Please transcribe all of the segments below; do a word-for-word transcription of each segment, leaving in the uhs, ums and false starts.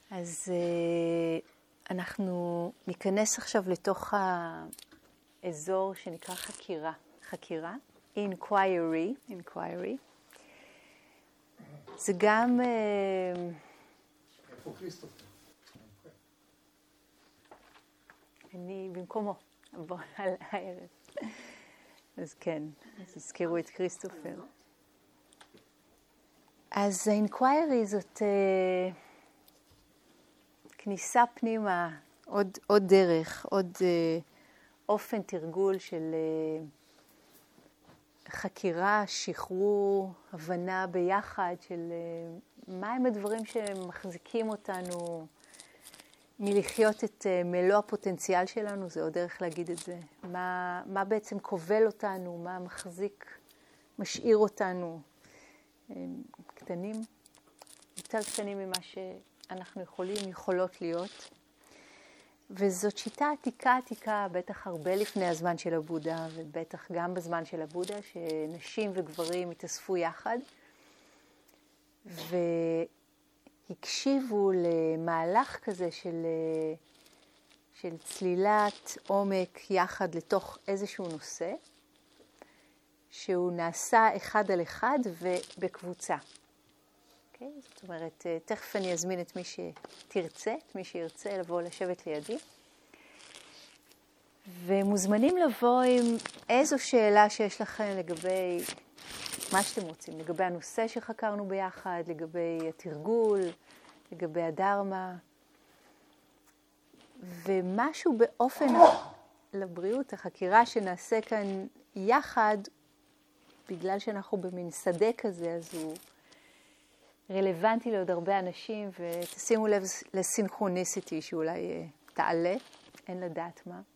אז אנחנו ניכנס עכשיו לתוך האזור שנקרא חקירה. חקירה, inquiry, inquiry. זה גם... איפה כריסטופר? אני במקומו, בוא על הערב. אז כן, אז הזכירו את כריסטופר. אז האינקוויירי זאת uh, כניסה פנימה, עוד, עוד דרך, עוד uh, אופן תרגול של uh, חקירה, שחרור, הבנה ביחד של uh, מהם הדברים שמחזיקים אותנו מלחיות את uh, מלוא הפוטנציאל שלנו, זה עוד דרך להגיד את זה. מה, מה בעצם כובל אותנו, מה מחזיק, משאיר אותנו. קטנים, יותר קטנים ממה שאנחנו יכולים, יכולות להיות. וזאת שיטה עתיקה עתיקה, בטח הרבה לפני הזמן של הבודה, ובטח גם בזמן של הבודה, שנשים וגברים התאספו יחד, והקשיבו למהלך כזה של, של צלילת עומק יחד לתוך איזשהו נושא, שהוא נעשה אחד על אחד ובקבוצה. Okay? זאת אומרת, תכף אני אזמין את מי שתרצה, את מי שירצה לבוא לשבת לידי. ומוזמנים לבוא עם איזו שאלה שיש לכם לגבי מה שאתם רוצים, לגבי הנושא שחקרנו ביחד, לגבי התרגול, לגבי הדרמה. ומשהו באופן לבריאות, החקירה שנעשה כאן יחד, בגלל שאנחנו במין שדה כזה, אז הוא רלוונטי לעוד הרבה אנשים, ותשימו לב לסינכרוניסיטי שאולי תעלה, אין לדעת מה.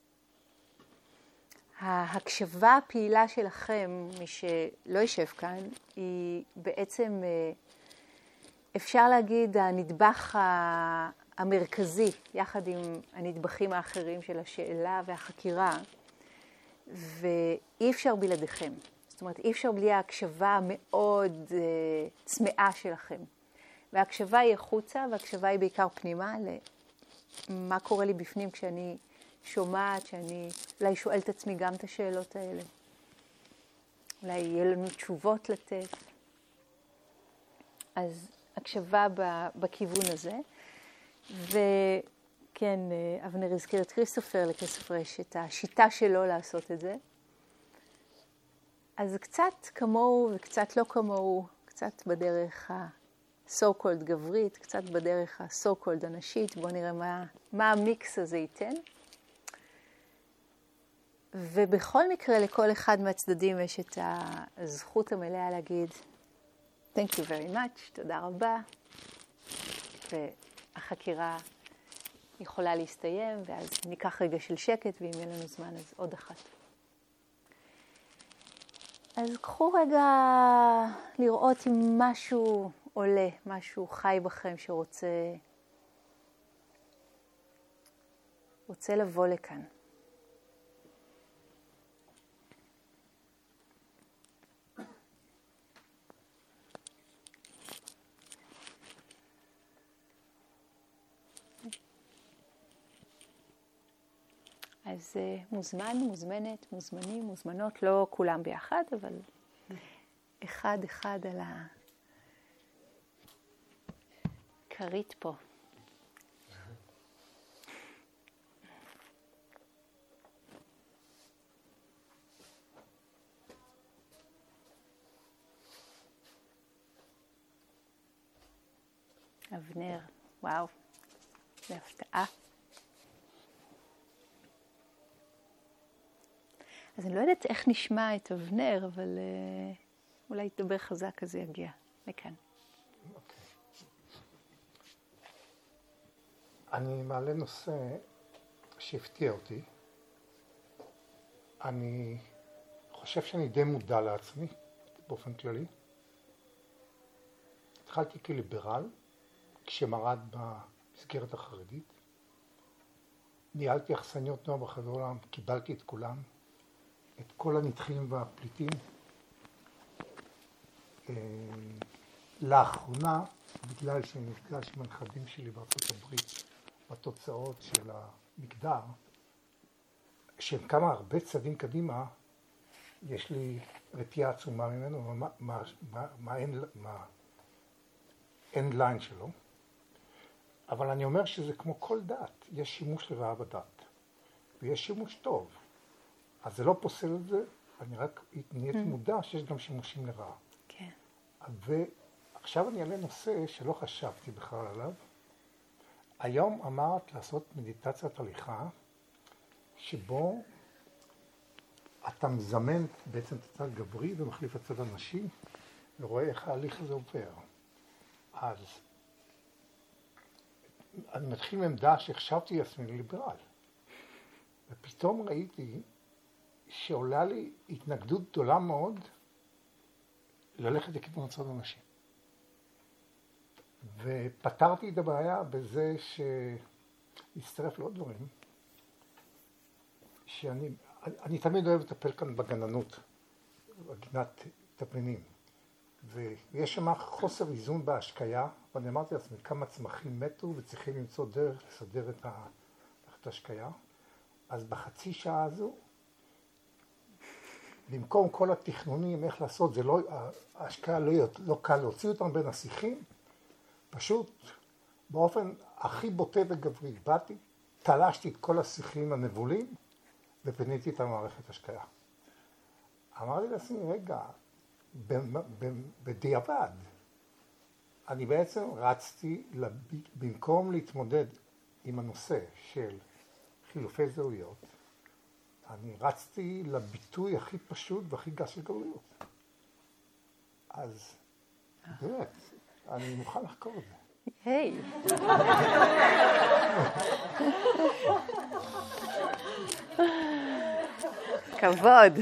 ההקשבה הפעילה שלכם, מי שלא יישב כאן, היא בעצם, אפשר להגיד, הנדבך המרכזי, יחד עם הנדבכים האחרים של השאלה והחקירה, ואי אפשר בלעדיכם. זאת אומרת, אי אפשר בלי ההקשבה המאוד uh, צמאה שלכם. וההקשבה היא החוצה, וההקשבה היא בעיקר פנימה, למה קורה לי בפנים כשאני שומעת, שאני אולי שואלת עצמי גם את השאלות האלה. אולי יהיה לנו תשובות לתת. אז הקשבה בכיוון הזה. וכן, אבנר הזכיר את כריסטופר, לכריסטופר יש את השיטה שלו לעשות את זה. אז קצת כמוהו וקצת לא כמוהו, קצת בדרך ה-so called גברית, קצת בדרך ה-so called אנשית. בואו נראה מה, מה המיקס הזה ייתן. ובכל מקרה, לכל אחד מהצדדים יש את הזכות המלאה להגיד, thank you very much, תודה רבה. והחקירה יכולה להסתיים, ואז ניקח רגע של שקט, ואם יהיה לנו זמן, אז עוד אחת. אז קחו רגע לראות אם משהו עולה, משהו חי בכם שרוצה רוצה לבוא לכאן. אז מוזמן, מוזמנת, מוזמנים, מוזמנות, לא כולם ביחד, אבל אחד אחד על הכרית פה. אבנר, וואו, זה הפתעה. אז אני לא יודעת איך נשמע את אבנר, אבל uh, אולי יתדבר חזק, אז זה יגיע מכאן. Okay. אני מעלה נושא שהפתיע אותי. אני חושב שאני די מודע לעצמי, באופן כללי. התחלתי כליברל, כשמרד במסגרת החרדית. ניהלתי אכסניות נוער ברחבי העולם, קיבלתי את כולם. את כל הנדחים והפליטים. לאחרונה בגלל שאני נפגש עם הנכדים שלי בארצות הברית בתוצאות של המגדר, שהם כמה הרבה צעדים קדימה, יש לי רתיעה עצומה ממנו, מה, מה, מה, מה, אין, מה אין ליין שלו. אבל אני אומר שזה כמו כל דת, יש שימוש לרעה בדת, ויש שימוש טוב. אז זה לא פוסל את זה, אני רק נהיית מודע שיש גם שימושים לרעה. כן. ועכשיו אני אעלה נושא שלא חשבתי בכלל עליו. היום אמרת לעשות מדיטציית הליכה, שבו אתה מזמן בעצם את הצד גברי ומחליף את הצד הנשי, ורואה איך ההליך הזה עובר. אז אני מתחיל מעמדה שהחשבתי עצמי ליברל, ופתאום ראיתי שעולה לי התנגדות גדולה מאוד ללכת לכיוון הצד הנשי. ופתרתי את הבעיה בזה שהצטרף לעוד דברים, שאני אני, אני תמיד אוהב לטפל כאן בגננות, בגינת תפנינים. ויש שם חוסר איזון בהשקיה, ואני אמרתי לעצמי כמה צמחים מתו וצריכים למצוא דרך לסדר את ההשקיה. אז בחצי שעה הזו, במקום כל התכנונים איך לעשות, זה לא, ההשקיה לא, לא קל להוציא אותם בין השיחים, פשוט באופן הכי בוטה וגברי, באתי, תלשתי את כל השיחים הנבולים, ופיניתי את המערכת השקיה. אמרתי לעצמי, רגע, בדיעבד, אני בעצם רצתי, לב... במקום להתמודד עם הנושא של חילופי זהויות, אני רצתי לביטוי הכי פשוט והכי גס של גבריות. אז באמת, אני מוכן לחקור את זה. היי. כבוד.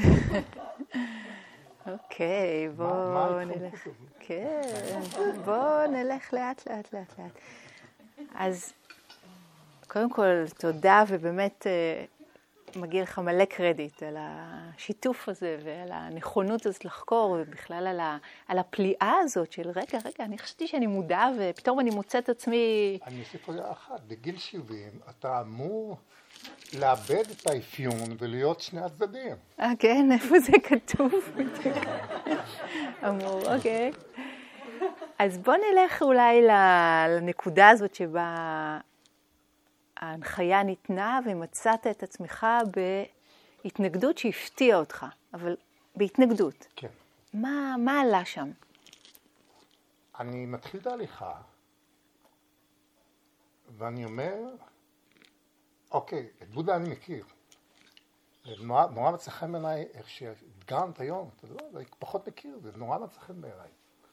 אוקיי, בואו נלך. כן, בואו נלך לאט לאט לאט לאט. אז קודם כל תודה, ובאמת מגיע לך מלא קרדיט על השיתוף הזה ועל הנכונות הזאת לחקור, ובכלל על, ה, על הפליאה הזאת של רגע, רגע, אני חשבתי שאני מודעה ופתאום אני מוצאת עצמי... אני אוסיף עוד אחת, בגיל שבעים אתה אמור לאבד את האפיון ולהיות שני הצדדים. אה, כן? איפה זה כתוב? אמור, אוקיי. אז בוא נלך אולי לנקודה הזאת שבה ההנחיה ניתנה ומצאת את עצמך בהתנגדות שהפתיעה אותך, אבל בהתנגדות. כן. מה, מה עלה שם? אני מתחיל את ההליכה, ואני אומר, אוקיי, את בודה אני מכיר. נורא, נורא מצא חן בעיניי, איך שהדגמת היום, אתה יודע, אני פחות מכיר את זה, נורא מצא חן בעיניי.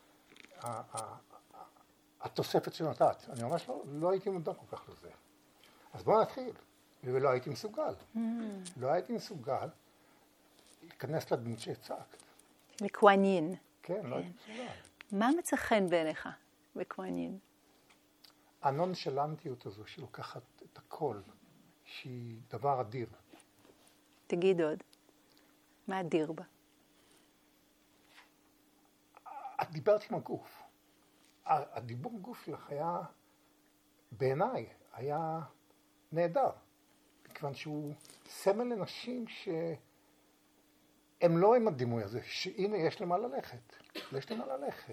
התוספת שנתת, אני ממש לא, לא הייתי מודע כל כך לזה. אז בואו נתחיל, ולא הייתי מסוגל. Mm. לא הייתי מסוגל להיכנס לדמות שהצגת. לקואנין. כן, לא הייתי מסוגל. מה מצא חן בעיניך בקואנין? הנונשלנטיות הזו שלוקחת את הכל, שהיא דבר אדיר. תגיד עוד, מה אדיר בה? את דיברת עם הגוף. הדיבור גוף שלך היה, בעיניי, היה נהדר. מכיוון שהוא סמל לנשים שהם לא עם הדימוי הזה, שהנה יש למה ללכת. יש למה ללכת.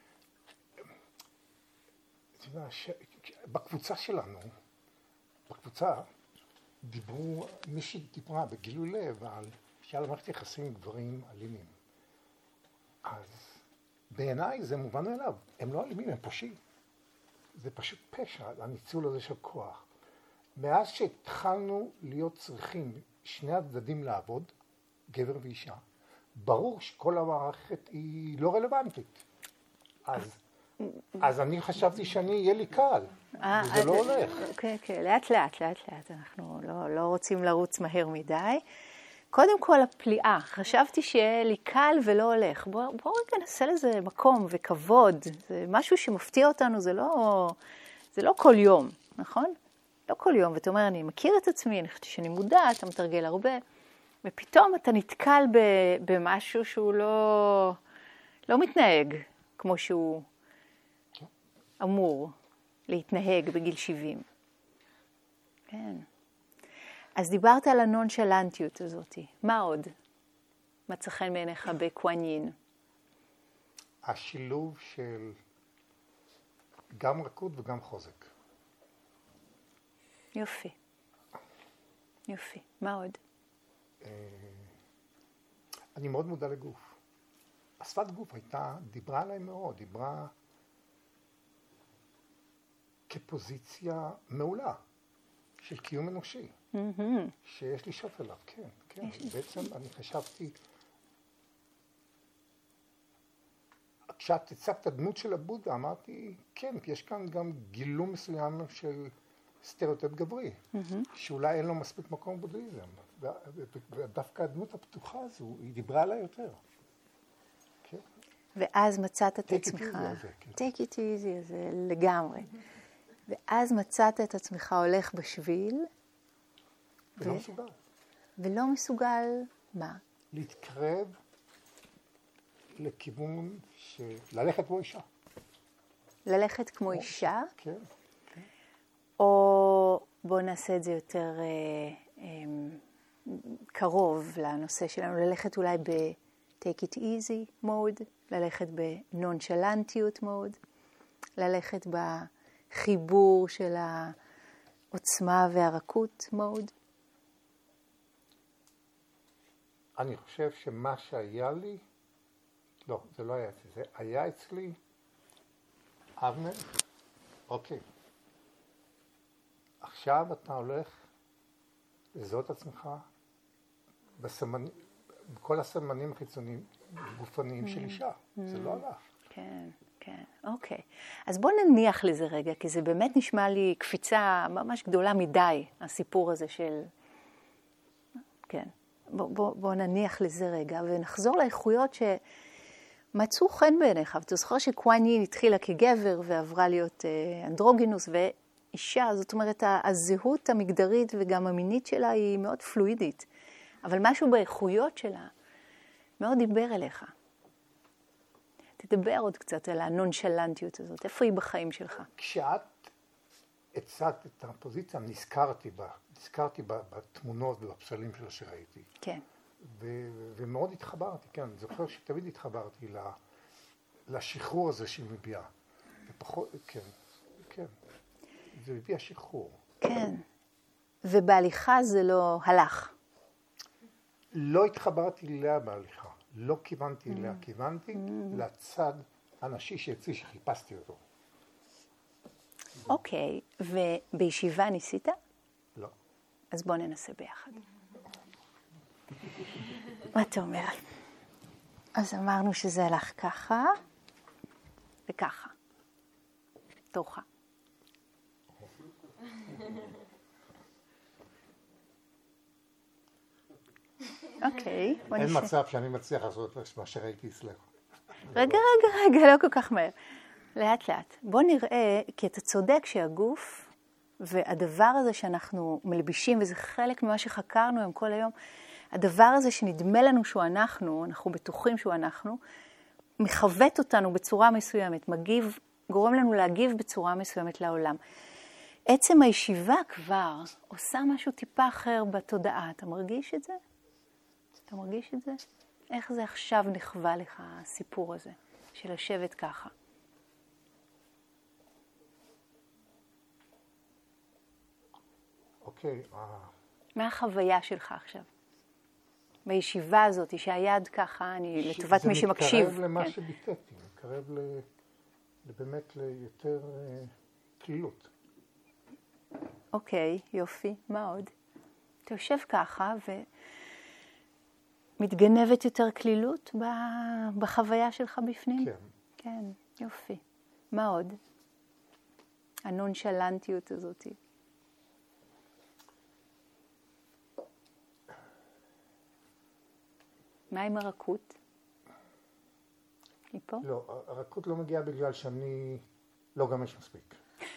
בקבוצה שלנו, בקבוצה, דיברו, מישהי דיברה בגילוי לב על שהיה לה מערכת יחסים עם גברים אלימים. אז בעיניי זה מובן מאליו, הם לא אלימים, הם פושעים. זה פשוט פשע, הניצול הזה של כוח. מאז שהתחלנו להיות צריכים שני הצדדים לעבוד, גבר ואישה, ברור שכל המערכת היא לא רלוונטית. אז, אז אני חשבתי שאני יהיה לי קל, וזה לא הולך. אוקיי, אוקיי, לאט לאט, לאט לאט, אנחנו לא, לא רוצים לרוץ מהר מדי. קודם כל הפליאה, חשבתי שיהיה לי קל ולא הולך. בואו בוא רגע נעשה לזה מקום וכבוד. זה משהו שמפתיע אותנו, זה לא, זה לא כל יום, נכון? לא כל יום. ואתה אומר, אני מכיר את עצמי, אני חושבת שאני מודע, אתה מתרגל הרבה. ופתאום אתה נתקל במשהו שהוא לא, לא מתנהג כמו שהוא. אמור להתנהג בגיל שבעים. כן. אז דיברת על הנונשלנטיות הזאת. מה עוד? מצא חן בעיניך בקוואן יין? השילוב של גם רכות וגם חוזק. יופי. יופי. מה עוד? אני מאוד מודע לגוף. השפת גוף הייתה, דיברה עליי מאוד, דיברה כפוזיציה מעולה של קיום אנושי, mm-hmm. שיש לי שוף אליו, כן, כן. בעצם אני חשבתי, כשאת הצגת הדמות של הבודה, אמרתי, כן, כי יש כאן גם גילום מסוים של סטריאוטיפ גברי, mm-hmm. שאולי אין לו מספיק מקום בבודהיזם, ודווקא הדמות הפתוחה הזו, היא דיברה עליי יותר. כן. ואז מצאת את עצמך, take it easy, זה לגמרי. ואז מצאת את עצמך הולך בשביל. ולא מסוגל. ולא מסוגל, מה? להתקרב לכיוון של ללכת כמו אישה. ללכת כמו אישה? כן. או בואו נעשה את זה יותר אה, אה, קרוב לנושא שלנו, ללכת אולי ב-take it easy mode, ללכת ב-nonchalantיות mode, ללכת בחיבור של העוצמה והרכות mode. אני חושב שמה שהיה לי, לא, זה לא היה אצלי, זה היה אצלי, אבנר, אוקיי. עכשיו אתה הולך לזהות עצמך בסמנים, בכל הסמנים החיצוניים, גופניים של אישה. זה לא הלך. כן, כן, אוקיי. אז בוא נניח לזה רגע, כי זה באמת נשמע לי קפיצה ממש גדולה מדי, הסיפור הזה של... כן. בוא, בוא, בוא נניח לזה רגע, ונחזור לאיכויות שמצאו חן בעיניך. ואתה זוכר שקוואן יין התחילה כגבר ועברה להיות אנדרוגינוס ואישה, זאת אומרת, הזהות המגדרית וגם המינית שלה היא מאוד פלואידית. אבל משהו באיכויות שלה מאוד דיבר אליך. תדבר עוד קצת על הנונשלנטיות הזאת. איפה היא בחיים שלך? כשאת הצעת את הפוזיציה, נזכרתי בה. נזכרתי בתמונות ובפסלים שלה שראיתי. כן. ו- ומאוד התחברתי, כן. אני זוכר שתמיד התחברתי לשחרור הזה שהיא מביאה. ופחות, כן, כן. זה מביאה שחרור. כן. ובהליכה זה לא הלך. לא התחברתי אליה בהליכה. לא כיוונתי אליה, mm. כיוונתי mm. לצד הנשי שאצלי שחיפשתי אותו. אוקיי. Okay. ובישיבה ניסית? לא. אז בוא ננסה ביחד. מה אתה אומר? אז אמרנו שזה הלך ככה וככה. תורך. אוקיי, בוא נשאר. אין מצב שאני מצליח לעשות מה שראיתי אצלך. רגע, רגע, רגע, לא כל כך מהר. לאט לאט. בוא נראה, כי אתה צודק שהגוף והדבר הזה שאנחנו מלבישים, וזה חלק ממה שחקרנו היום כל היום, הדבר הזה שנדמה לנו שהוא אנחנו, אנחנו בטוחים שהוא אנחנו, מחוות אותנו בצורה מסוימת, מגיב, גורם לנו להגיב בצורה מסוימת לעולם. עצם הישיבה כבר עושה משהו טיפה אחר בתודעה. אתה מרגיש את זה? אתה מרגיש את זה? איך זה עכשיו נחווה לך הסיפור הזה של לשבת ככה? אוקיי. מה החוויה שלך עכשיו? בישיבה הזאת, שהיד ככה, אני לטובת מי שמקשיב. זה מתקרב למה שביטאתי, מתקרב באמת ליותר כלילות. אוקיי, יופי, מה עוד? אתה יושב ככה ומתגנבת יותר כלילות בחוויה שלך בפנים? כן. כן, יופי. מה עוד? הנונשלנטיות הזאת. מה עם הרכות? היא פה? לא, הרכות לא מגיעה בגלל שאני לא גמיש מספיק.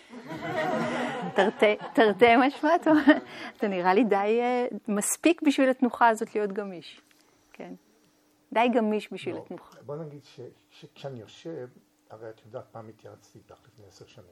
תרתי משמע, אתה נראה לי די מספיק בשביל התנוחה הזאת להיות גמיש. כן. די גמיש בשביל התנוחה. בוא נגיד שכשאני יושב, הרי את יודעת פעם התייעצתי איתך לפני עשר שנים.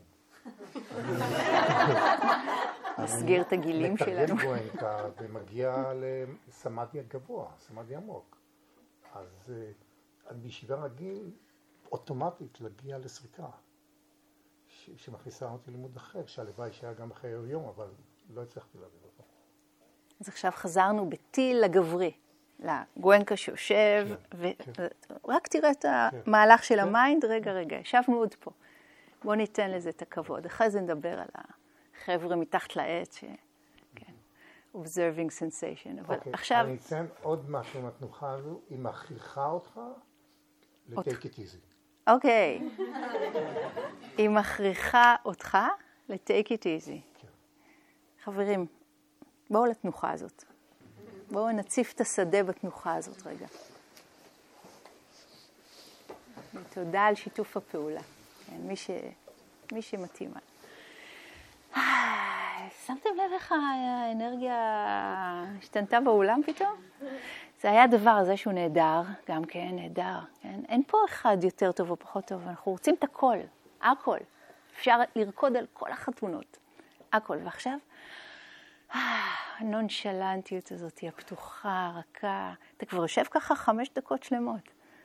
נסגיר את הגילים שלנו. מתרגם גואנקה ומגיע לסמאדי הגבוה, סמאדי עמוק. אז אני בישיבה רגיל אוטומטית להגיע לסריקה, שמכניסה אותי לימוד אחר, שהלוואי שהיה גם אחרי היום, אבל לא הצלחתי להבין אותו. אז עכשיו חזרנו בטיל לגברי, לגואנקה שיושב, ורק תראה את המהלך של המיינד, רגע, רגע, ישבנו עוד פה. בואו ניתן לזה את הכבוד. אחרי זה נדבר על החבר'ה מתחת לעץ, ש... כן, observing sensation. אבל עכשיו... אני אתן עוד משהו מהתנוחה הזו, היא מכריחה אותך ל-take it easy. אוקיי. היא מכריחה אותך ל-take it easy. חברים, בואו לתנוחה הזאת. בואו נציף את השדה בתנוחה הזאת רגע. ותודה על שיתוף הפעולה. כן, מי, ש... מי שמתאים. שמתם לב איך האנרגיה השתנתה באולם פתאום? זה היה הדבר הזה שהוא נהדר, גם כן נהדר. כן? אין פה אחד יותר טוב או פחות טוב, אנחנו רוצים את הכל, הכל. אפשר לרקוד על כל החתונות, הכל. ועכשיו, הנונשלנטיות הזאת, היא הפתוחה, הרכה. אתה כבר יושב ככה חמש דקות שלמות.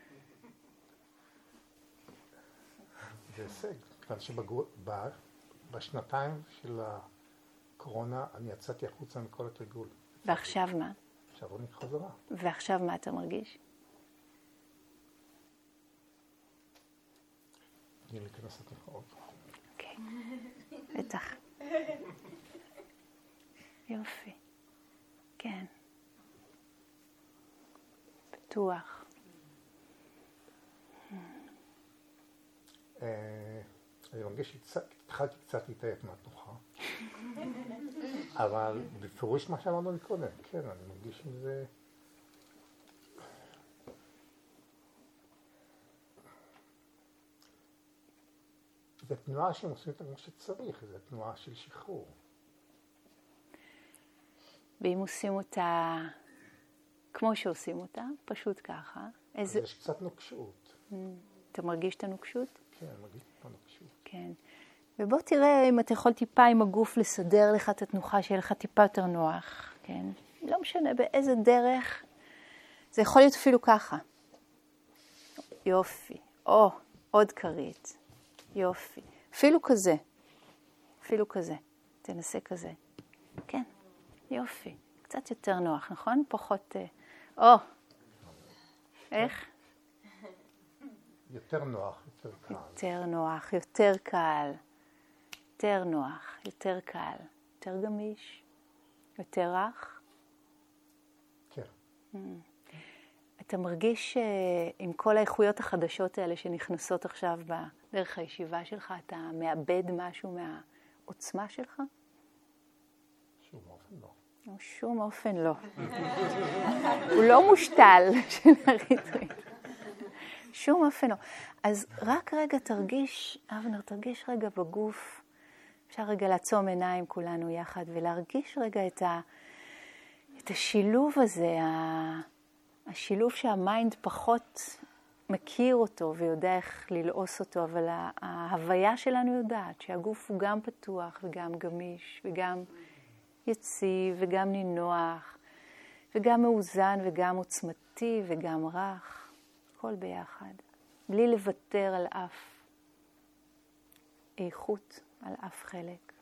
זה הישג, כיוון שבשנתיים של הקורונה אני יצאתי החוצה מכל התרגול. ועכשיו מה? עכשיו אני חזרה. ועכשיו מה אתה מרגיש? תני להיכנס לתנוחות. אוקיי, בטח. יופי. כן. פתוח. אני מרגיש שהתחלתי קצת להתעייף מהתנוחה. אבל בפירוש מה שאמרנו קודם, כן, אני מרגיש עם זה... זו תנועה שהם עושים אותה כמו שצריך, זו תנועה של שחרור. ואם עושים אותה כמו שעושים אותה, פשוט ככה. אז יש קצת נוקשות. אתה מרגיש את הנוקשות? כן, אני מרגיש את הנוקשות. כן. ובוא תראה אם אתה יכול טיפה עם הגוף לסדר לך את התנוחה, שיהיה לך טיפה יותר נוח. כן. לא משנה באיזה דרך. זה יכול להיות אפילו ככה. יופי. או, עוד קרית. יופי. אפילו כזה. אפילו כזה. תנסה כזה. כן. יופי. קצת יותר נוח, נכון? פחות... או. איך? יותר נוח, יותר קל. יותר נוח, יותר קל. יותר נוח, יותר קל. יותר גמיש. יותר רך. כן. אתה מרגיש עם כל האיכויות החדשות האלה שנכנסות עכשיו בדרך הישיבה שלך, אתה מאבד משהו מהעוצמה שלך? שום אופן לא. שום אופן לא. הוא לא מושתל של הריטריט. שום אופן לא. אז רק רגע תרגיש, אבנר, תרגיש רגע בגוף. אפשר רגע לעצום עיניים כולנו יחד ולהרגיש רגע את, ה, את השילוב הזה, השילוב שהמיינד פחות מכיר אותו ויודע איך ללעוס אותו, אבל ההוויה שלנו יודעת שהגוף הוא גם פתוח וגם גמיש וגם יציב וגם נינוח וגם מאוזן וגם עוצמתי וגם רך, הכל ביחד, בלי לוותר על אף איכות, על אף חלק.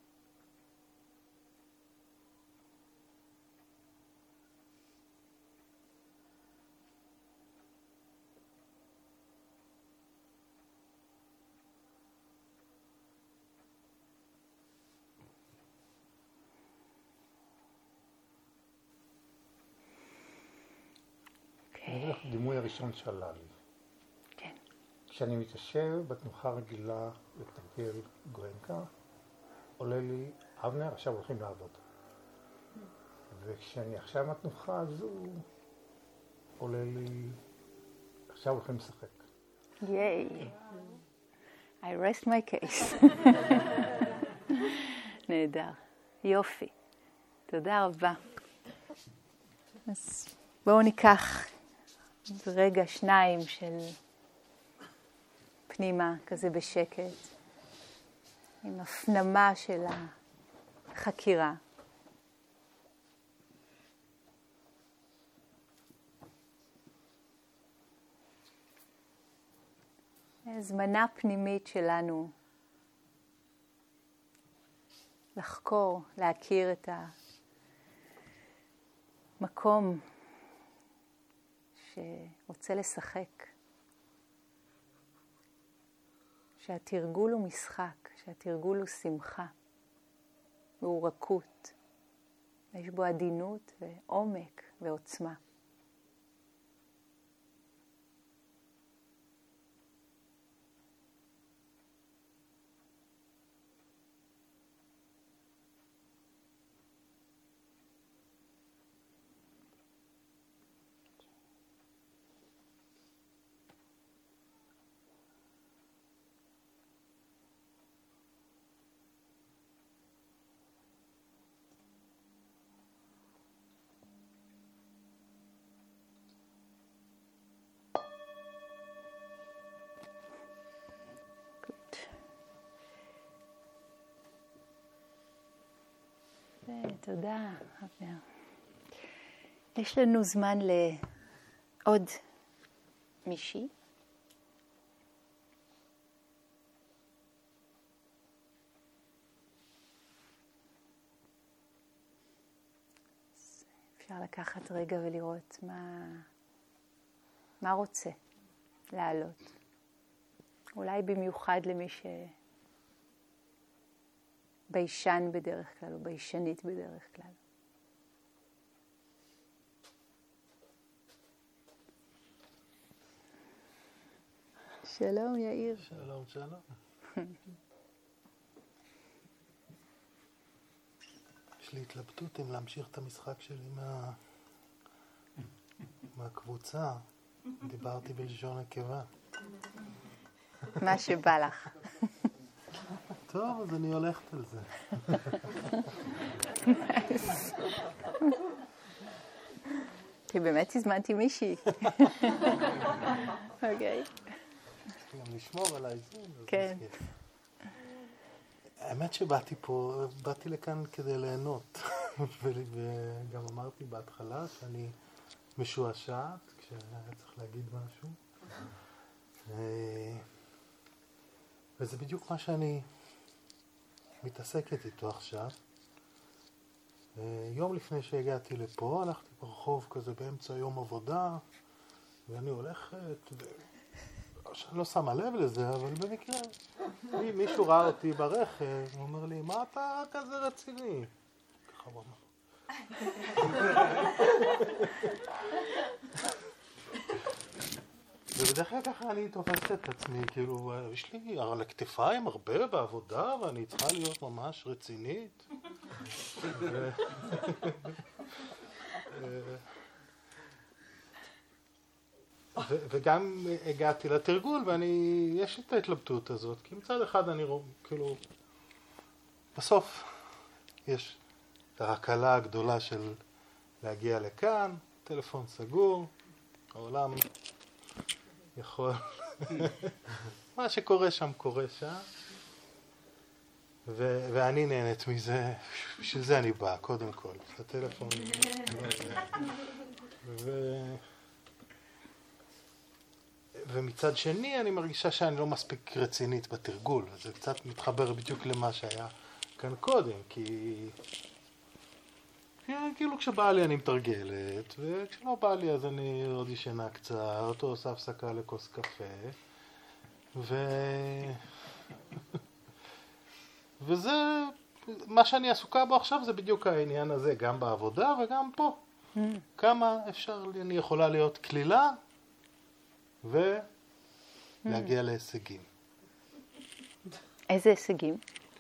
אני אגיד לך דימוי הראשון שעלה לי. כן. כשאני מתיישב בתנוחה רגילה לתרגל גואנקה, עולה לי, אבנר, עכשיו הולכים לעבוד. וכשאני עכשיו בתנוחה הזו, עולה לי, עכשיו הולכים לשחק. ייי. I rest my case. נהדר. יופי. תודה רבה. אז בואו ניקח רגע שניים של פנימה, כזה בשקט, עם הפנמה של החקירה. זמנה פנימית שלנו לחקור, להכיר את המקום שרוצה לשחק. שהתרגול הוא משחק, שהתרגול הוא שמחה, והוא רכות. יש בו עדינות ועומק ועוצמה. תודה, אבנר. יש לנו זמן לעוד מישהי. אפשר לקחת רגע ולראות מה, מה רוצה לעלות. אולי במיוחד למי ש... ביישן בדרך כלל, או ביישנית בדרך כלל. שלום, יאיר. שלום, שלום. יש לי התלבטות אם להמשיך את המשחק שלי מה... מהקבוצה. דיברתי בלשון נקבה. מה שבא לך. טוב, אז אני הולכת על זה. כי באמת הזמנתי מישהי. אוקיי. גם לשמור על האיזון. כן. האמת שבאתי פה, באתי לכאן כדי ליהנות. וגם אמרתי בהתחלה שאני משועשעת, כשהיה צריך להגיד משהו. וזה בדיוק מה שאני מתעסקת איתו עכשיו. יום לפני שהגעתי לפה, הלכתי ברחוב כזה באמצע יום עבודה, ואני הולכת, ו... שאני לא שמה לב לזה, אבל במקרה, מישהו ראה אותי ברכב, הוא אומר לי, מה אתה כזה רציני? ככה הוא אמר. ובדרך כלל ככה אני תופסת את עצמי, כאילו, יש לי על הכתפיים הרבה בעבודה, ואני צריכה להיות ממש רצינית. וגם הגעתי לתרגול, ואני, יש לי את ההתלבטות הזאת, כי מצד אחד אני רואה, כאילו, בסוף יש את ההקלה הגדולה של להגיע לכאן, טלפון סגור, העולם יכול, מה שקורה שם קורה שם, ו- ואני נהנית מזה, בשביל זה אני בא, קודם כל, הטלפון, ו- ומצד שני אני מרגישה שאני לא מספיק רצינית בתרגול, אז זה קצת מתחבר בדיוק למה שהיה כאן קודם, כי כאילו כשבא לי אני מתרגלת, וכשלא בא לי אז אני עוד ישנה קצת, או עושה הפסקה לכוס קפה, ו... וזה, מה שאני עסוקה בו עכשיו זה בדיוק העניין הזה, גם בעבודה וגם פה. Mm. כמה אפשר, אני יכולה להיות כלילה, ולהגיע mm. להישגים. איזה הישגים?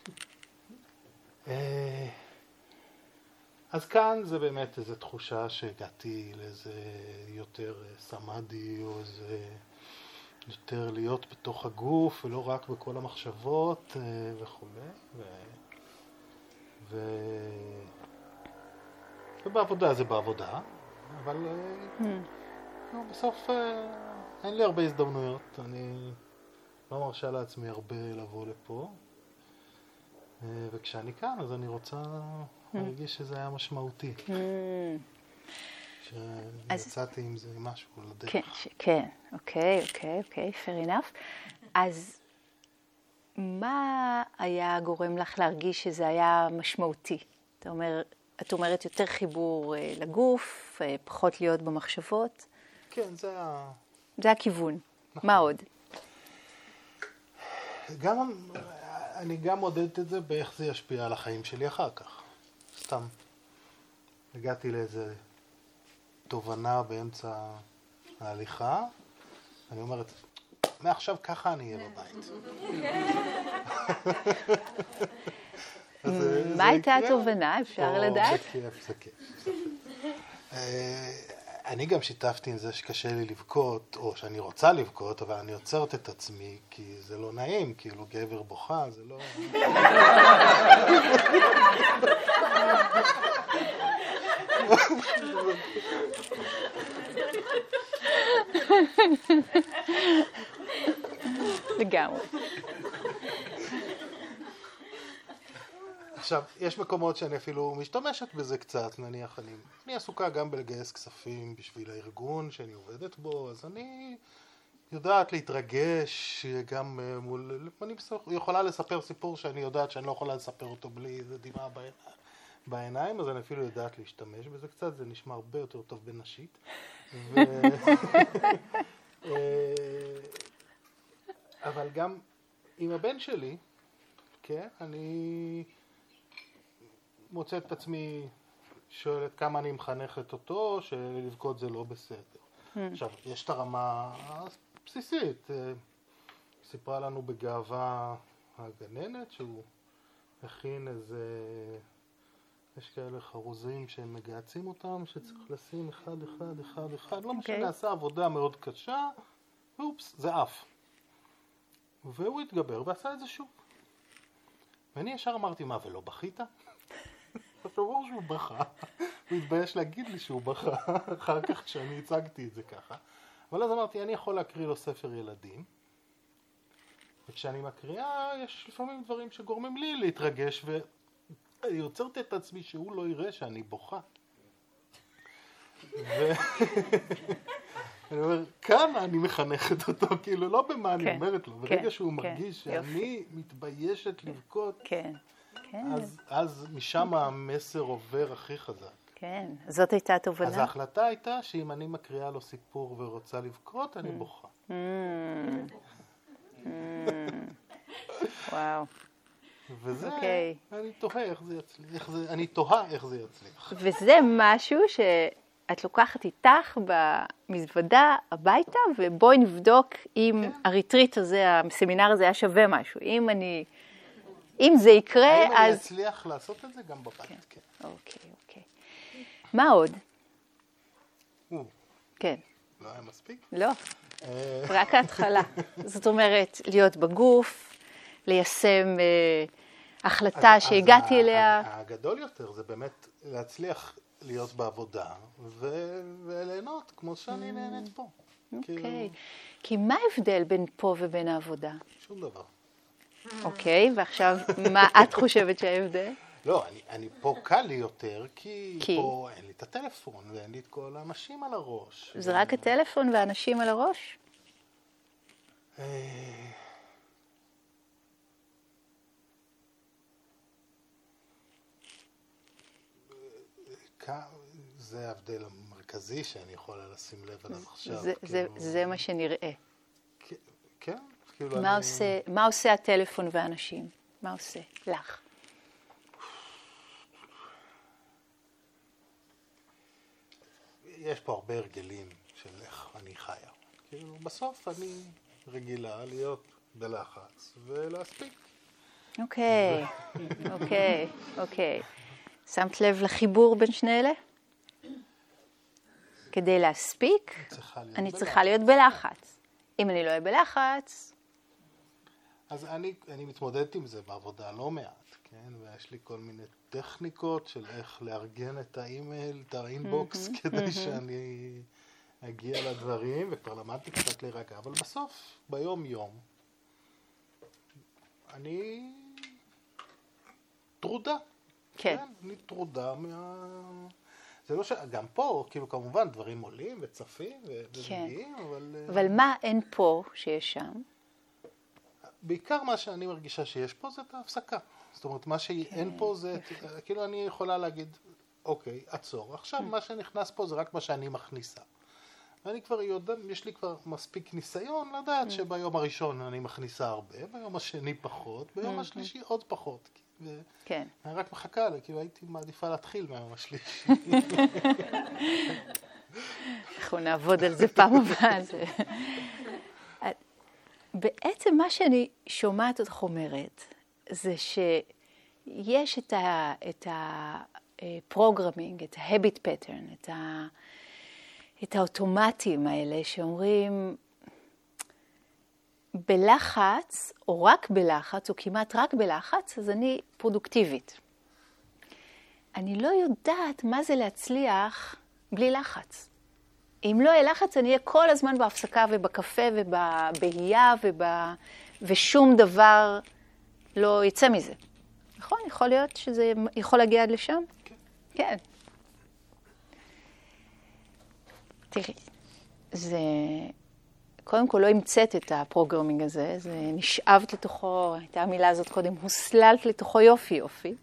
אז כאן זה באמת איזו תחושה שהגעתי לאיזה יותר סמאדי, או איזה יותר להיות בתוך הגוף, ולא רק בכל המחשבות וכו'. ו... ו... ובעבודה זה בעבודה, אבל mm. בסוף אין לי הרבה הזדמנויות. אני לא מרשה לעצמי הרבה לבוא לפה. וכשאני כאן, אז אני רוצה להרגיש שזה היה משמעותי. שיצאתי עם זה משהו לדרך. כן, כן, אוקיי, אוקיי, אוקיי, fair enough. אז מה היה גורם לך להרגיש שזה היה משמעותי? אתה אומר, את אומרת יותר חיבור לגוף, פחות להיות במחשבות? כן, זה ה... זה הכיוון. מה עוד? גם, אני גם מודדת את זה באיך זה ישפיע על החיים שלי אחר כך. סתם. הגעתי לאיזה תובנה באמצע ההליכה. אני אומרת, מעכשיו ככה אני אהיה בבית. מה הייתה התובנה? אפשר לדעת? זה כיף, זה כיף. אני גם שיתפתי עם זה שקשה לי לבכות, או שאני רוצה לבכות, אבל אני עוצרת את עצמי, כי זה לא נעים, כאילו גבר בוכה, זה לא... לגמרי. עכשיו, יש מקומות שאני אפילו משתמשת בזה קצת, נניח, אני, אני עסוקה גם בלגייס כספים בשביל הארגון שאני עובדת בו, אז אני יודעת להתרגש גם מול, אני יכולה לספר סיפור שאני יודעת שאני לא יכולה לספר אותו בלי איזה דמעה בעיניים, אז אני אפילו יודעת להשתמש בזה קצת, זה נשמע הרבה יותר טוב בנשית. ו... אבל גם עם הבן שלי, כן, אני מוצא את עצמי שואלת כמה אני מחנכת אותו, שלבכות זה לא בסדר. Mm. עכשיו, יש את הרמה הבסיסית. סיפרה לנו בגאווה הגננת שהוא הכין איזה, יש כאלה חרוזים שהם מגעצים אותם, שצריך לשים אחד, אחד, אחד, אחד. לא משנה, עשה עבודה מאוד קשה, ואופס, זה אף. והוא התגבר ועשה את זה שוב. ואני ישר אמרתי, מה, ולא בכית? עכשיו אמרו שהוא בכה, הוא התבייש להגיד לי שהוא בכה, אחר כך כשאני הצגתי את זה ככה. אבל אז אמרתי, אני יכול להקריא לו ספר ילדים, וכשאני מקריאה, יש לפעמים דברים שגורמים לי להתרגש, ואני יוצרת את עצמי שהוא לא יראה שאני בוכה. ו... אני אומר, כאן אני מחנכת אותו, כאילו לא במה אני אומרת לו, ברגע שהוא מרגיש שאני מתביישת לבכות, אז משם המסר עובר הכי חזק. כן, זאת הייתה התובנה. אז ההחלטה הייתה שאם אני מקריאה לו סיפור ורוצה לבכות, אני בוכה. וואו. וזה, אני תוהה איך זה יצליח, אני תוהה איך זה יצליח. וזה משהו ש... את לוקחת איתך במזוודה הביתה, ובואי נבדוק אם הריטריט הזה, הסמינר הזה היה שווה משהו. אם אני, אם זה יקרה, אז... האם אני אצליח לעשות את זה גם בבית, כן. אוקיי, אוקיי. מה עוד? כן. לא היה מספיק? לא, רק ההתחלה. זאת אומרת, להיות בגוף, ליישם החלטה שהגעתי אליה. הגדול יותר זה באמת להצליח להיות בעבודה וליהנות כמו שאני נהנית פה. אוקיי. כי מה ההבדל בין פה ובין העבודה? שום דבר. אוקיי, ועכשיו מה את חושבת שההבדל? לא, אני פה קל לי יותר, כי פה אין לי את הטלפון ואין לי את כל האנשים על הראש. זה רק הטלפון והאנשים על הראש? זה ההבדל המרכזי שאני יכולה לשים לב עליו עכשיו. זה מה שנראה. כן. מה עושה הטלפון והאנשים? מה עושה לך? יש פה הרבה הרגלים של איך אני חיה. כאילו, בסוף אני רגילה להיות בלחץ ולהספיק. אוקיי, אוקיי, אוקיי. שמת לב לחיבור בין שני אלה? כדי להספיק, אני צריכה להיות בלחץ. אם אני לא אהיה בלחץ... אז אני, אני מתמודדת עם זה בעבודה לא מעט, כן? ויש לי כל מיני טכניקות של איך לארגן את האימייל, את האינבוקס, כדי שאני אגיע לדברים, וכבר למדתי קצת להירגע. אבל בסוף, ביום יום, אני טרודה. כן. כן, אני טרודה מה... זה לא ש... גם פה, כאילו כמובן דברים עולים וצפים ומגיעים, כן. אבל... אבל מה אין פה שיש שם? בעיקר מה שאני מרגישה שיש פה זה את ההפסקה. זאת אומרת, מה שאין כן. פה זה, כאילו אני יכולה להגיד, אוקיי, עצור. עכשיו מה שנכנס פה זה רק מה שאני מכניסה. ואני כבר יודע, יש לי כבר מספיק ניסיון לדעת שביום הראשון אני מכניסה הרבה, ביום השני פחות, ביום השלישי עוד פחות. ו... כן. אני רק מחכה לה, כאילו הייתי מעדיפה להתחיל מהיום השלישי. אנחנו נעבוד על זה פעם הבאה. זה... בעצם מה שאני שומעת אותך אומרת, זה שיש את ה... את הפרוגרמינג, את ה-habit pattern, את ה... את האוטומטים האלה שאומרים בלחץ, או רק בלחץ, או כמעט רק בלחץ, אז אני פרודוקטיבית. אני לא יודעת מה זה להצליח בלי לחץ. אם לא יהיה לחץ, אני אהיה כל הזמן בהפסקה ובקפה ובבהייה וב... ושום דבר לא יצא מזה. נכון? יכול להיות שזה יכול להגיע עד לשם? כן. כן. תראי, זה... קודם כל לא המצאת את הפרוגרמינג הזה, זה נשאבת לתוכו, הייתה המילה הזאת קודם, הוסללת לתוכו יופי יופי.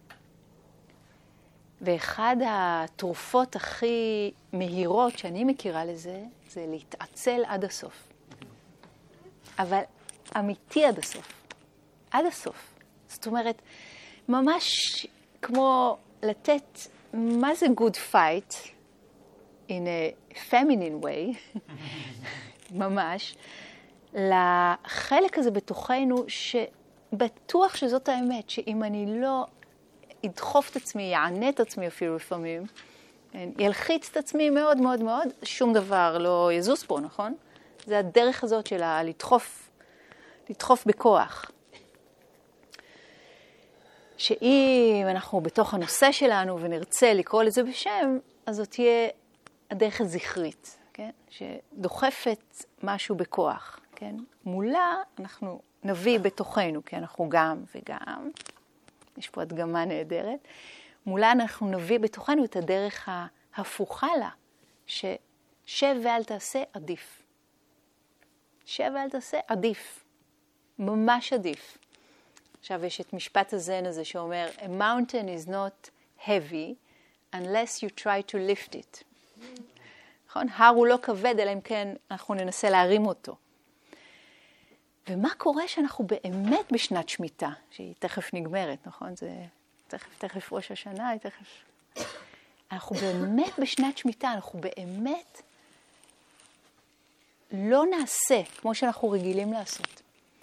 ואחד התרופות הכי מהירות שאני מכירה לזה, זה להתעצל עד הסוף. אבל אמיתי עד הסוף. עד הסוף. זאת אומרת, ממש כמו לתת, מה זה good fight, in a feminine way, ממש, לחלק הזה בתוכנו שבטוח שזאת האמת, שאם אני לא אדחוף את עצמי, יענה את עצמי אפילו לפעמים, ילחיץ את עצמי מאוד מאוד מאוד, שום דבר לא יזוז פה, נכון? זה הדרך הזאת של לדחוף, לדחוף בכוח. שאם אנחנו בתוך הנושא שלנו ונרצה לקרוא לזה בשם, אז זאת תהיה הדרך הזכרית, כן? שדוחפת משהו בכוח, כן? מולה אנחנו נביא בתוכנו, כי אנחנו גם וגם, יש פה הדגמה נהדרת, מולה אנחנו נביא בתוכנו את הדרך ההפוכה לה, ששב ואל תעשה עדיף. שב ואל תעשה עדיף, ממש עדיף. עכשיו יש את משפט הזן הזה שאומר, a mountain is not heavy unless you try to lift it. נכון? הר הוא לא כבד, אלא אם כן אנחנו ננסה להרים אותו. ומה קורה שאנחנו באמת בשנת שמיטה, שהיא תכף נגמרת, נכון? זה תכף, תכף ראש השנה, תכף... אנחנו באמת בשנת שמיטה, אנחנו באמת לא נעשה כמו שאנחנו רגילים לעשות.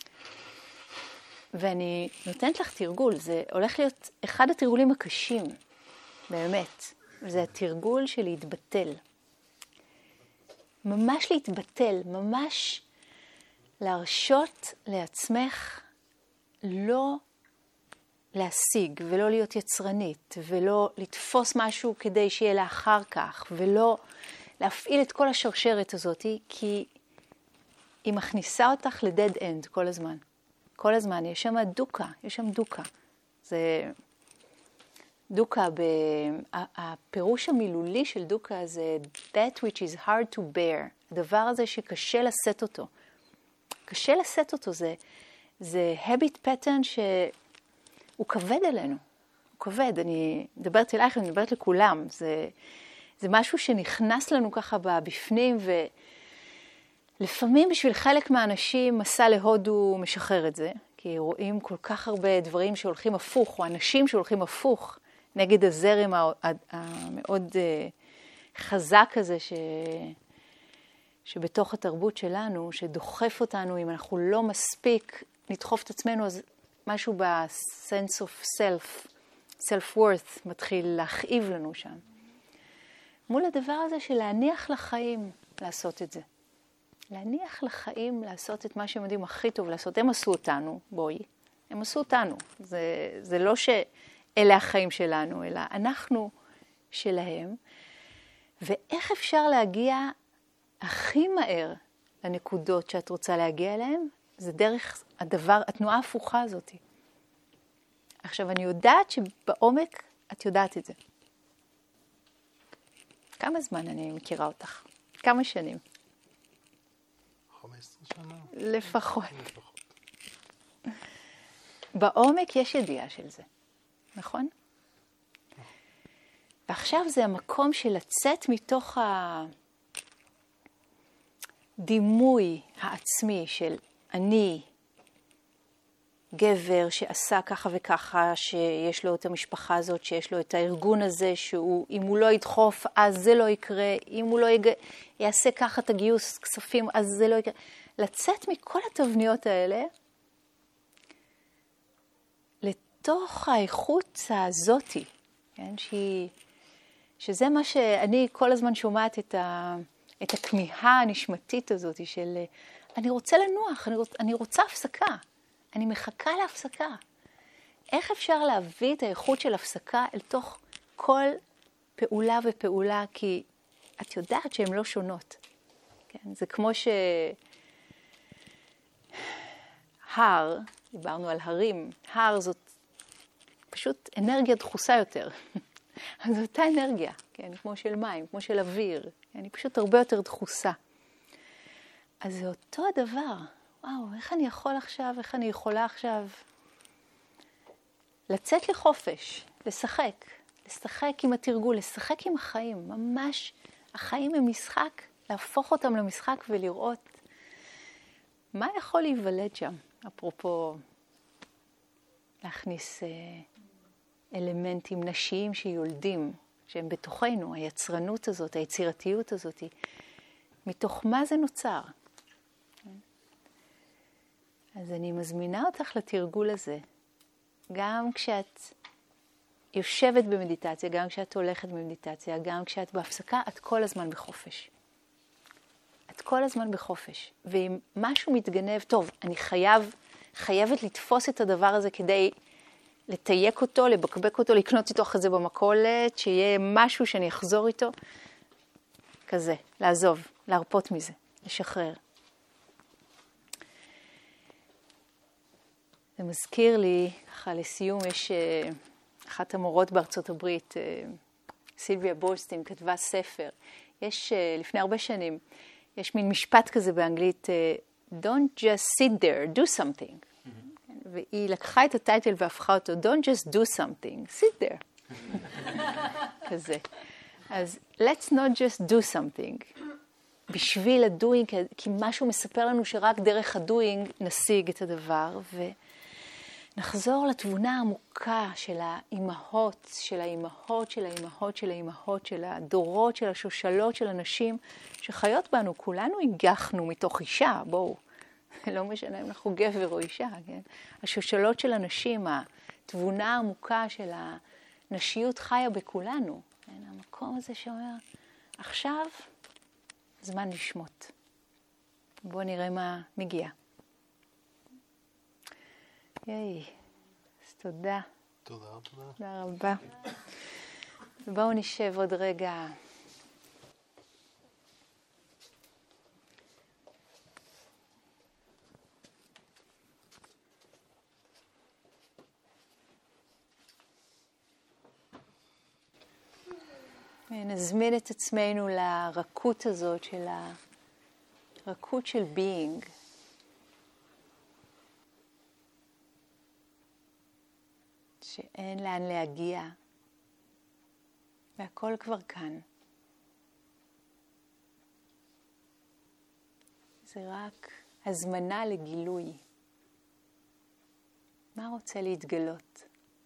ואני נותנת לך תרגול, זה הולך להיות אחד התרגולים הקשים, באמת. זה התרגול של להתבטל. ממש להתבטל, ממש להרשות לעצמך לא להשיג ולא להיות יצרנית ולא לתפוס משהו כדי שיהיה לאחר כך ולא להפעיל את כל השרשרת הזאת, כי היא מכניסה אותך לדד אנד כל הזמן. כל הזמן, יש שם דוקה, יש שם דוקה. זה דוקה, ב... הפירוש המילולי של דוקה זה that which is hard to bear, הדבר הזה שקשה לשאת אותו. קשה לשאת אותו, זה, זה habit pattern שהוא כבד עלינו. הוא כבד, אני מדברת אלייך, אני מדברת לכולם. זה, זה משהו שנכנס לנו ככה בפנים, ולפעמים בשביל חלק מהאנשים מסע להודו משחרר את זה, כי רואים כל כך הרבה דברים שהולכים הפוך, או אנשים שהולכים הפוך, נגד הזרם המאוד חזק הזה ש... שבתוך התרבות שלנו, שדוחף אותנו, אם אנחנו לא מספיק נדחוף את עצמנו, אז משהו ב-sense of self, self-worth, מתחיל להכאיב לנו שם. מול הדבר הזה של להניח לחיים לעשות את זה. להניח לחיים לעשות את מה שהם יודעים הכי טוב לעשות. הם עשו אותנו, בואי, הם עשו אותנו. זה, זה לא שאלה החיים שלנו, אלא אנחנו שלהם. ואיך אפשר להגיע הכי מהר לנקודות שאת רוצה להגיע אליהן? זה דרך הדבר, התנועה ההפוכה הזאת. עכשיו, אני יודעת שבעומק את יודעת את זה. כמה זמן אני מכירה אותך? כמה שנים? חמש עשרה שנה. לפחות. לפחות. בעומק יש ידיעה של זה, נכון? ועכשיו זה המקום של לצאת מתוך הדימוי העצמי של אני, גבר שעשה ככה וככה, שיש לו את המשפחה הזאת, שיש לו את הארגון הזה, שהוא, אם הוא לא ידחוף, אז זה לא יקרה, אם הוא לא יג... יעשה ככה את הגיוס כספים, אז זה לא יקרה. לצאת מכל התבניות האלה, לתוך האיכות הזאתי, כן? שהיא, שזה מה שאני כל הזמן שומעת את, ה... את הכמיהה הנשמתית הזאת של אני רוצה לנוח, אני, רוצ... אני רוצה הפסקה. אני מחכה להפסקה. איך אפשר להביא את האיכות של הפסקה אל תוך כל פעולה ופעולה, כי את יודעת שהן לא שונות. כן? זה כמו שהר, דיברנו על הרים, הר זאת פשוט אנרגיה דחוסה יותר. אז זו אותה אנרגיה, כן? כמו של מים, כמו של אוויר. כן? היא פשוט הרבה יותר דחוסה. אז זה אותו הדבר. וואו, איך אני יכול עכשיו, איך אני יכולה עכשיו לצאת לחופש, לשחק, לשחק עם התרגול, לשחק עם החיים. ממש, החיים הם משחק, להפוך אותם למשחק ולראות מה יכול להיוולד שם. אפרופו להכניס אה, אלמנטים נשיים שיולדים, שהם בתוכנו, היצרנות הזאת, היצירתיות הזאת, מתוך מה זה נוצר. אז אני מזמינה אותך לתרגול הזה, גם כשאת יושבת במדיטציה, גם כשאת הולכת במדיטציה, גם כשאת בהפסקה, את כל הזמן בחופש. את כל הזמן בחופש. ואם משהו מתגנב, טוב, אני חייב, חייבת לתפוס את הדבר הזה כדי לתייק אותו, לבקבק אותו, לקנות איתו אחרי זה במכולת, שיהיה משהו שאני אחזור איתו. כזה, לעזוב, להרפות מזה, לשחרר. זה מזכיר לי, ככה לסיום, יש uh, אחת המורות בארצות הברית, uh, סילביה בורסטין, כתבה ספר. יש, uh, לפני הרבה שנים, יש מין משפט כזה באנגלית, uh, Don't just sit there, do something. Mm-hmm. והיא לקחה את הטייטל והפכה אותו, Don't just do something, sit there. כזה. אז let's not just do something. בשביל הדוינג, כי משהו מספר לנו שרק דרך הדוינג נשיג את הדבר, ו... נחזור לתבונה העמוקה של האימהות, של האימהות, של האימהות, של האימהות, של הדורות, של השושלות, של הנשים שחיות בנו. כולנו הגחנו מתוך אישה, בואו. לא משנה אם אנחנו גבר או אישה, כן? השושלות של הנשים, התבונה העמוקה של הנשיות חיה בכולנו. כן? המקום הזה שאומר, עכשיו זמן לשמות. בואו נראה מה מגיע. ייי, אז תודה. תודה, תודה. תודה רבה. ובואו נשב עוד רגע. נזמין את עצמנו לרכות הזאת של הרכות של being. שאין לאן להגיע, והכל כבר כאן. זה רק הזמנה לגילוי. מה רוצה להתגלות?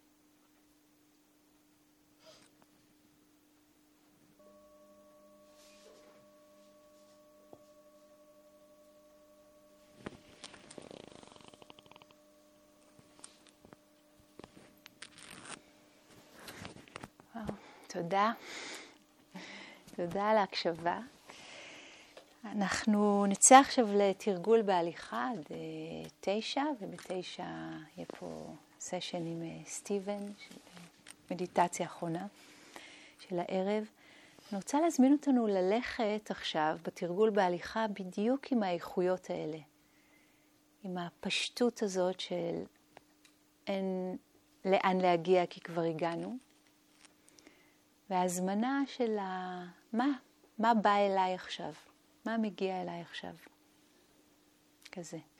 תודה. תודה על ההקשבה. אנחנו נצא עכשיו לתרגול בהליכה עד תשע, ובתשע יהיה פה סשן עם סטיבן, של מדיטציה אחרונה של הערב. אני רוצה להזמין אותנו ללכת עכשיו בתרגול בהליכה בדיוק עם האיכויות האלה. עם הפשטות הזאת של אין לאן להגיע כי כבר הגענו, וההזמנה של ה... מה, מה בא אליי עכשיו? מה מגיע אליי עכשיו? כזה.